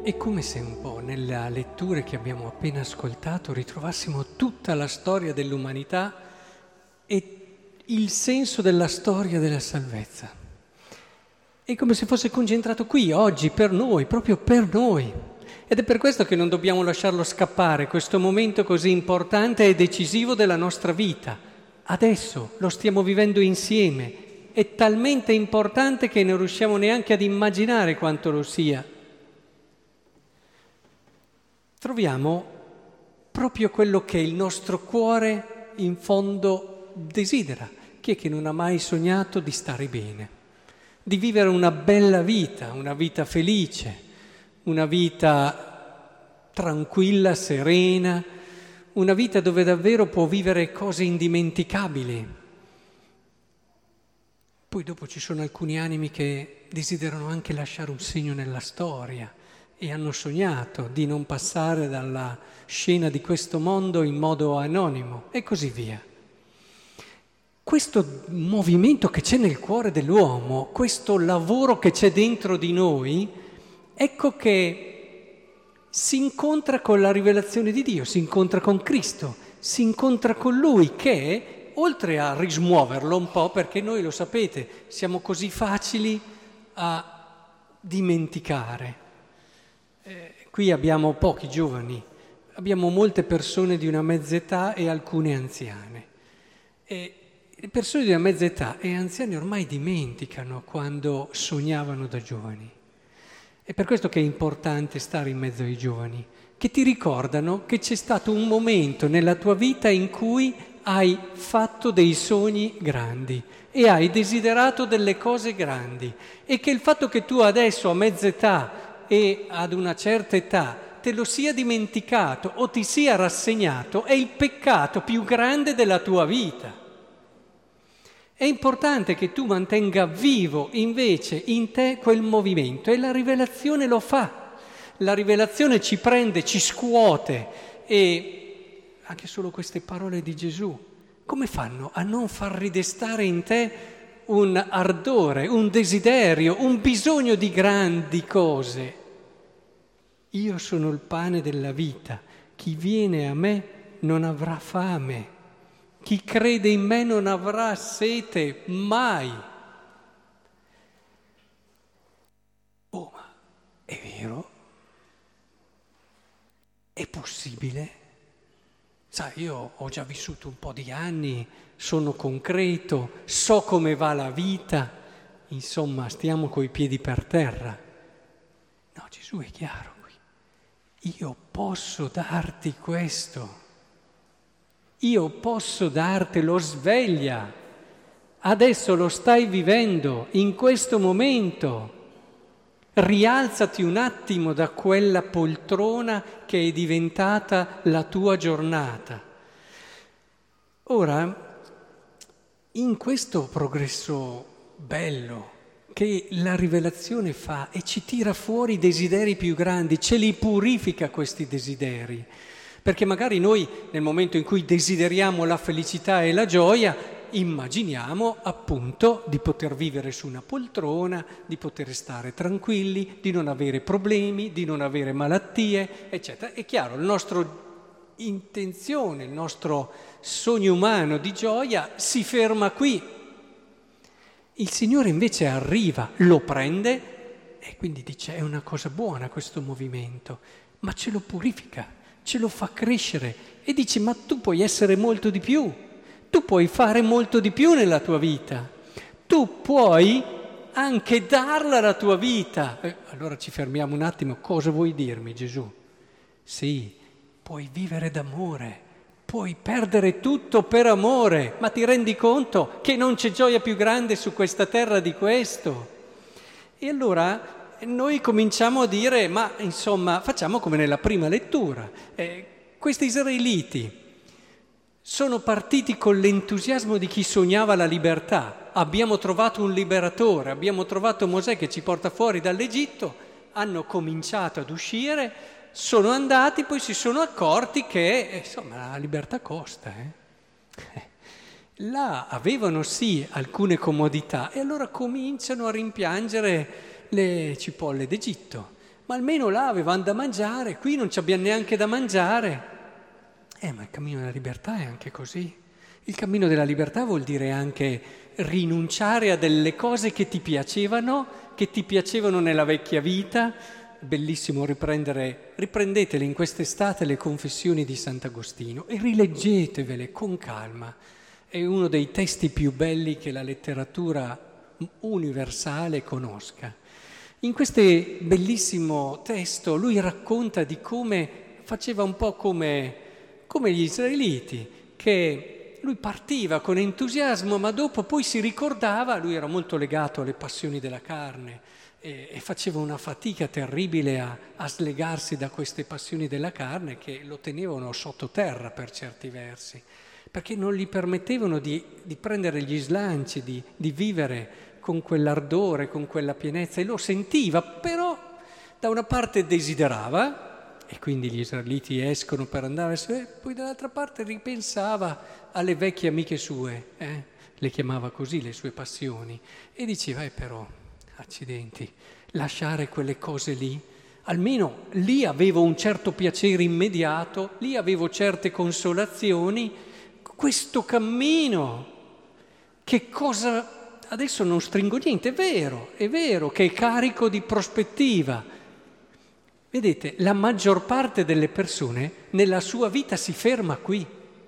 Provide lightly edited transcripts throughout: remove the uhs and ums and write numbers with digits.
È come se un po' nelle letture che abbiamo appena ascoltato ritrovassimo tutta la storia dell'umanità e il senso della storia della salvezza. È come se fosse concentrato qui, oggi, per noi, proprio per noi. Ed è per questo che non dobbiamo lasciarlo scappare, questo momento così importante e decisivo della nostra vita. Adesso lo stiamo vivendo insieme. È talmente importante che non riusciamo neanche ad immaginare quanto lo sia. Troviamo proprio quello che il nostro cuore in fondo desidera. Chi è che non ha mai sognato di stare bene, di vivere una bella vita, una vita felice, una vita tranquilla, serena, una vita dove davvero può vivere cose indimenticabili. Poi dopo ci sono alcuni animi che desiderano anche lasciare un segno nella storia e hanno sognato di non passare dalla scena di questo mondo in modo anonimo e così via. Questo movimento che c'è nel cuore dell'uomo, questo lavoro che c'è dentro di noi, ecco che si incontra con la rivelazione di Dio, si incontra con Cristo, si incontra con Lui che, oltre a rismuoverlo un po', perché noi lo sapete, siamo così facili a dimenticare. Qui abbiamo pochi giovani, abbiamo molte persone di una mezza età e alcune anziane. E le persone di una mezza età e anziani ormai dimenticano quando sognavano da giovani. È per questo che è importante stare in mezzo ai giovani, che ti ricordano che c'è stato un momento nella tua vita in cui hai fatto dei sogni grandi e hai desiderato delle cose grandi e che il fatto che tu adesso a mezza età e ad una certa età te lo sia dimenticato o ti sia rassegnato è il peccato più grande della tua vita. È importante che tu mantenga vivo invece in te quel movimento e la rivelazione lo fa. La rivelazione ci prende, ci scuote e anche solo queste parole di Gesù, come fanno a non far ridestare in te un ardore, un desiderio, un bisogno di grandi cose? Io sono il pane della vita, chi viene a me non avrà fame. Chi crede in me non avrà sete mai. Oh, ma è vero? È possibile? Sai, io ho già vissuto un po' di anni, sono concreto, so come va la vita, insomma, stiamo coi piedi per terra. No, Gesù è chiaro qui. Io posso darti questo. Io posso dartelo, sveglia, adesso lo stai vivendo, in questo momento. Rialzati un attimo da quella poltrona che è diventata la tua giornata. Ora, in questo progresso bello che la rivelazione fa e ci tira fuori i desideri più grandi, ce li purifica questi desideri. Perché magari noi nel momento in cui desideriamo la felicità e la gioia, immaginiamo appunto di poter vivere su una poltrona, di poter stare tranquilli, di non avere problemi, di non avere malattie, eccetera. È chiaro, la nostra intenzione, il nostro sogno umano di gioia si ferma qui. Il Signore invece arriva, lo prende e quindi dice è una cosa buona questo movimento, ma ce lo purifica. Ce lo fa crescere e dice ma tu puoi essere molto di più, tu puoi fare molto di più nella tua vita, tu puoi anche darla la tua vita. Allora ci fermiamo un attimo, cosa vuoi dirmi Gesù? Sì, puoi vivere d'amore, puoi perdere tutto per amore, ma ti rendi conto che non c'è gioia più grande su questa terra di questo? E allora noi cominciamo a dire, ma insomma, facciamo come nella prima lettura. Questi israeliti sono partiti con l'entusiasmo di chi sognava la libertà. Abbiamo trovato un liberatore, abbiamo trovato Mosè che ci porta fuori dall'Egitto, hanno cominciato ad uscire, sono andati, poi si sono accorti che, insomma, la libertà costa. Là avevano sì alcune comodità e allora cominciano a rimpiangere le cipolle d'Egitto. ma almeno là avevano da mangiare, qui non ci abbiamo neanche da mangiare. Ma il cammino della libertà è anche così. Il cammino della libertà vuol dire anche rinunciare a delle cose che ti piacevano nella vecchia vita. Bellissimo riprendetele in quest'estate le confessioni di Sant'Agostino e rileggetevele con calma. È uno dei testi più belli che la letteratura universale conosca. In questo bellissimo testo lui racconta di come faceva un po' come gli israeliti, che lui partiva con entusiasmo, ma dopo poi si ricordava, lui era molto legato alle passioni della carne e faceva una fatica terribile a slegarsi da queste passioni della carne che lo tenevano sottoterra per certi versi, perché non gli permettevano di prendere gli slanci, di vivere con quell'ardore, con quella pienezza, e lo sentiva, però da una parte desiderava, e quindi gli israeliti escono per andare, poi dall'altra parte ripensava alle vecchie amiche sue, le chiamava così le sue passioni, e diceva, però, accidenti, lasciare quelle cose lì, almeno lì avevo un certo piacere immediato, lì avevo certe consolazioni, questo cammino, che cosa... Adesso non stringo niente, è vero che è carico di prospettiva. Vedete, la maggior parte delle persone nella sua vita si ferma qui,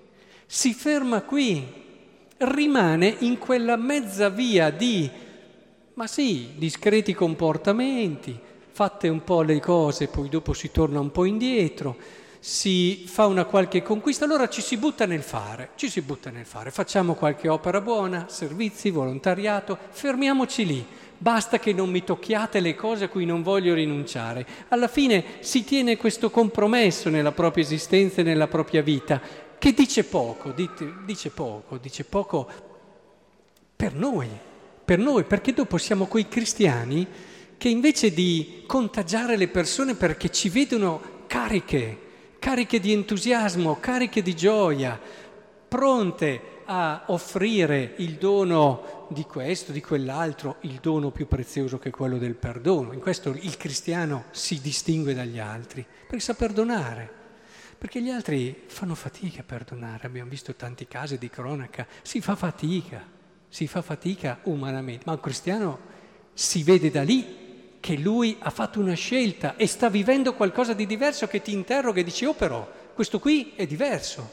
rimane in quella mezza via di, discreti comportamenti, fatte un po' le cose, poi dopo si torna un po' indietro, si fa una qualche conquista, allora ci si butta nel fare, facciamo qualche opera buona, servizi, volontariato, fermiamoci lì, basta che non mi tocchiate le cose a cui non voglio rinunciare. Alla fine si tiene questo compromesso nella propria esistenza e nella propria vita, che dice poco per noi, perché dopo siamo quei cristiani che invece di contagiare le persone perché ci vedono cariche di entusiasmo, cariche di gioia, pronte a offrire il dono di questo, di quell'altro, il dono più prezioso che è quello del perdono. In questo il cristiano si distingue dagli altri, perché sa perdonare, perché gli altri fanno fatica a perdonare. Abbiamo visto tanti casi di cronaca, si fa fatica umanamente, ma un cristiano si vede da lì che lui ha fatto una scelta e sta vivendo qualcosa di diverso, che ti interroga e dici, però, questo qui è diverso.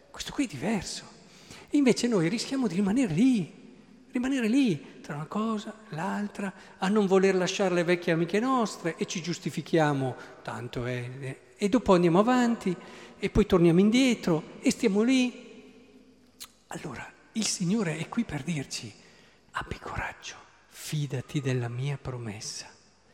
Invece noi rischiamo di rimanere lì, tra una cosa e l'altra, a non voler lasciare le vecchie amiche nostre e ci giustifichiamo, tanto è, e dopo andiamo avanti e poi torniamo indietro e stiamo lì. Allora, il Signore è qui per dirci, abbi coraggio, fidati della mia promessa.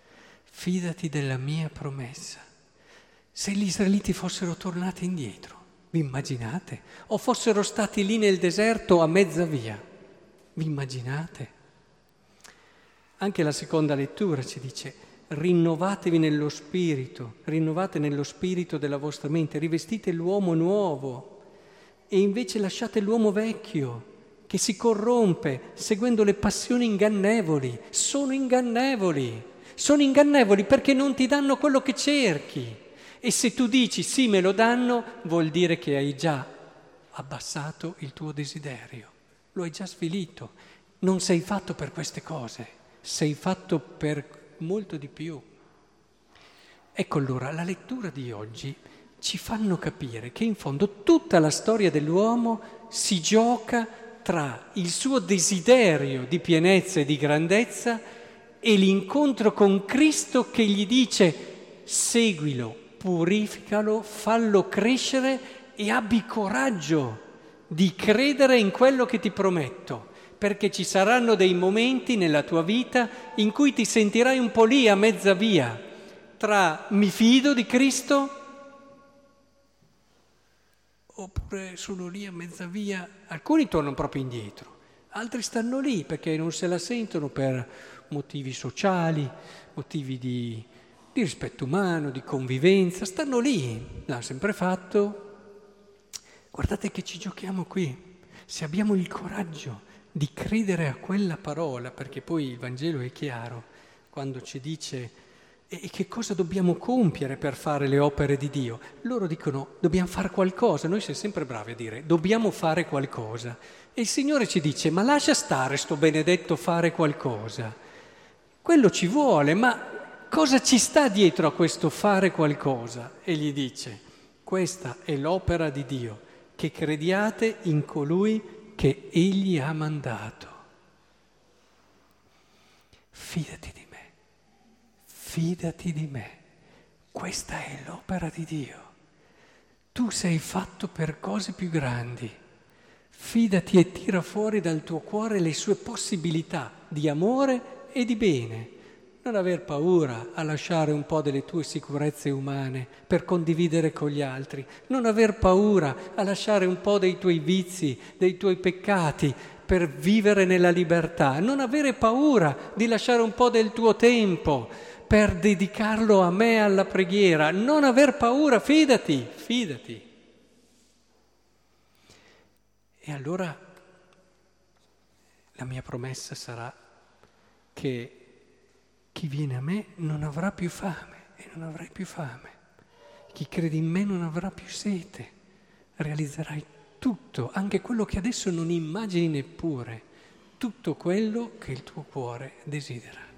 Se gli israeliti fossero tornati indietro, vi immaginate? O fossero stati lì nel deserto a mezza via, vi immaginate? Anche la seconda lettura ci dice, rinnovate nello spirito della vostra mente, rivestite l'uomo nuovo e invece lasciate l'uomo vecchio che si corrompe seguendo le passioni ingannevoli. Sono ingannevoli perché non ti danno quello che cerchi. E se tu dici sì, me lo danno, vuol dire che hai già abbassato il tuo desiderio, lo hai già svilito. Non sei fatto per queste cose, sei fatto per molto di più. Ecco allora, la lettura di oggi ci fanno capire che in fondo tutta la storia dell'uomo si gioca tra il suo desiderio di pienezza e di grandezza e l'incontro con Cristo che gli dice seguilo, purificalo, fallo crescere e abbi coraggio di credere in quello che ti prometto, perché ci saranno dei momenti nella tua vita in cui ti sentirai un po' lì a mezza via, tra mi fido di Cristo oppure sono lì a mezza via. Alcuni tornano proprio indietro, altri stanno lì perché non se la sentono per motivi sociali, motivi di rispetto umano, di convivenza, stanno lì, l'hanno sempre fatto. Guardate che ci giochiamo qui, se abbiamo il coraggio di credere a quella parola, perché poi il Vangelo è chiaro, quando ci dice E che cosa dobbiamo compiere per fare le opere di Dio? Loro dicono dobbiamo fare qualcosa, noi siamo sempre bravi a dire dobbiamo fare qualcosa. E il Signore ci dice ma lascia stare sto benedetto fare qualcosa. Quello ci vuole, ma cosa ci sta dietro a questo fare qualcosa? E gli dice questa è l'opera di Dio, che crediate in colui che Egli ha mandato. Fidati di me. Fidati di me, questa è l'opera di Dio. Tu sei fatto per cose più grandi. Fidati e tira fuori dal tuo cuore le sue possibilità di amore e di bene. Non aver paura a lasciare un po' delle tue sicurezze umane per condividere con gli altri. Non aver paura a lasciare un po' dei tuoi vizi, dei tuoi peccati per vivere nella libertà. Non avere paura di lasciare un po' del tuo tempo per dedicarlo a me, alla preghiera. Non aver paura, fidati, fidati. E allora la mia promessa sarà che chi viene a me non avrà più fame e non avrai più fame. Chi crede in me non avrà più sete. Realizzerai tutto, anche quello che adesso non immagini neppure, tutto quello che il tuo cuore desidera.